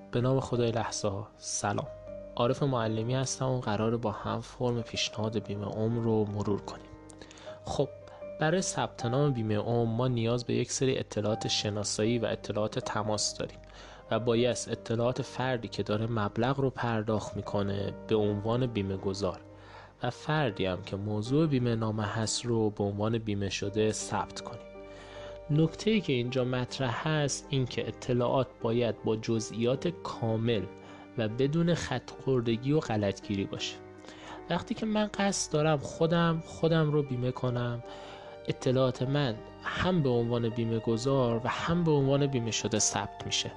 به نام خدای لحظه ها. سلام، عارف معلمی هستم و قراره با هم فرم پیشنهاد بیمه عمر رو مرور کنیم. خب برای ثبت نام بیمه عمر ما نیاز به یک سری اطلاعات شناسایی و اطلاعات تماس داریم و باید اطلاعات فردی که داره مبلغ رو پرداخت میکنه به عنوان بیمه گذار و فردی هم که موضوع بیمه نامه هست رو به عنوان بیمه شده ثبت کنیم. نکته‌ای که اینجا مطرح هست این که اطلاعات باید با جزئیات کامل و بدون خط خوردگی و غلطگیری باشه. وقتی که من قصد دارم خودم رو بیمه کنم، اطلاعات من هم به عنوان بیمه گذار و هم به عنوان بیمه شده ثبت میشه.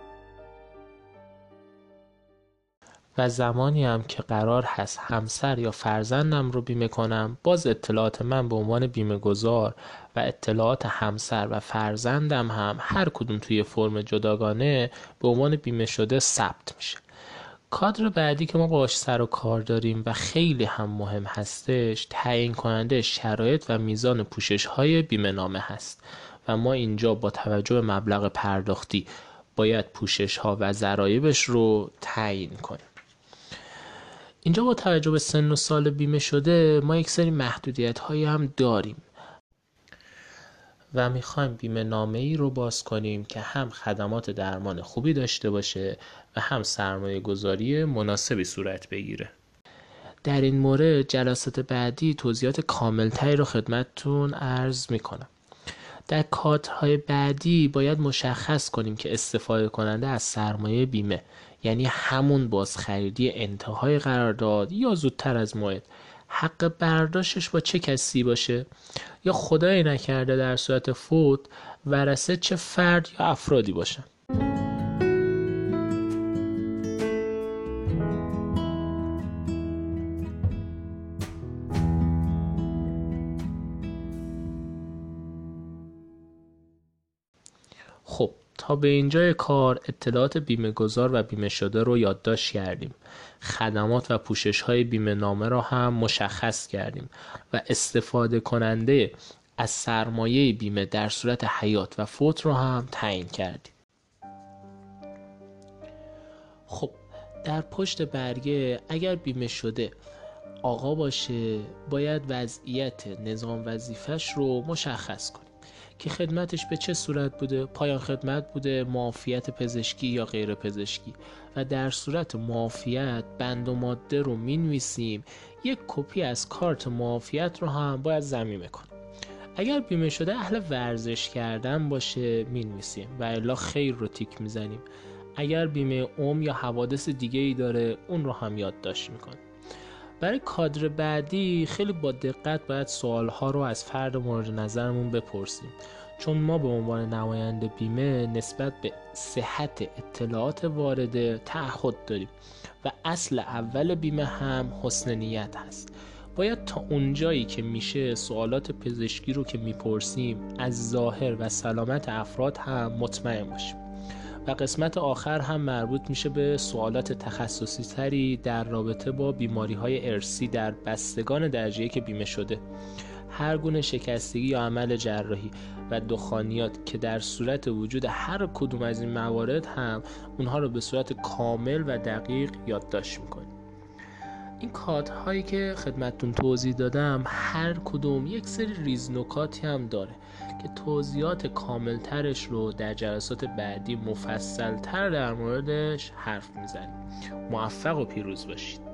و زمانی هم که قرار هست همسر یا فرزندم رو بیمه کنم، باز اطلاعات من به عنوان بیمه گذار و اطلاعات همسر و فرزندم هم هر کدوم توی فرم جداگانه به عنوان بیمه شده ثبت میشه. کادر بعدی که ما باهاش سر و کار داریم و خیلی هم مهم هستش، تعیین کننده شرایط و میزان پوشش های بیمه نامه هست و ما اینجا با توجه به مبلغ پرداختی باید پوشش ها و ضرایبش رو تعیین کنیم. اینجا با توجه به سن و سال بیمه شده ما یک سری محدودیت هایی هم داریم و میخوایم بیمه نامه ای رو باز کنیم که هم خدمات درمان خوبی داشته باشه و هم سرمایه گذاری مناسبی صورت بگیره. در این مورد جلسات بعدی توضیحات کاملتری رو خدمتتون عرض میکنم. در کادرهای بعدی باید مشخص کنیم که استفاده کننده از سرمایه بیمه، یعنی همون بازخریدی انتهای قرارداد یا زودتر از موعد، حق برداشتش با چه کسی باشه یا خدای نکرده در صورت فوت ورثه چه فرد یا افرادی باشن. خب تا به اینجای کار اطلاعات بیمه گذار و بیمه شده رو یادداشت کردیم، خدمات و پوشش های بیمه نامه را هم مشخص کردیم و استفاده کننده از سرمایه بیمه در صورت حیات و فوت رو هم تعیین کردیم. خب در پشت برگه اگر بیمه شده آقا باشه باید وضعیت نظام وظیفش رو مشخص کنیم که خدمتش به چه صورت بوده، پایان خدمت بوده، معافیت پزشکی یا غیر پزشکی، و در صورت معافیت بند و ماده رو مینویسیم. یک کپی از کارت معافیت رو هم باید ضمیمه کنیم. اگر بیمه شده اهل ورزش کردن باشه مینویسیم و الا خیر رو تیک میزنیم. اگر بیمه عمر یا حوادث دیگه ای داره اون رو هم یادداشت میکنیم. برای کادر بعدی خیلی با دقت باید سوالها رو از فرد مورد نظرمون بپرسیم، چون ما به عنوان نماینده بیمه نسبت به صحت اطلاعات وارده تعهد داریم و اصل اول بیمه هم حسن نیت هست. باید تا اونجایی که میشه سوالات پزشکی رو که میپرسیم از ظاهر و سلامت افراد هم مطمئن باشیم. و قسمت آخر هم مربوط میشه به سوالات تخصصی تری در رابطه با بیماری های ارثی در بستگان درجه که بیمه شده، هر گونه شکستگی یا عمل جراحی و دخانیات که در صورت وجود هر کدوم از این موارد هم اونها رو به صورت کامل و دقیق یادداشت میکنیم. این کادهایی که خدمتتون توضیح دادم هر کدوم یک سری ریزنکاتی هم داره که توضیحات کامل ترش رو در جلسات بعدی مفصل تر در موردش حرف میزنیم. موفق و پیروز باشید.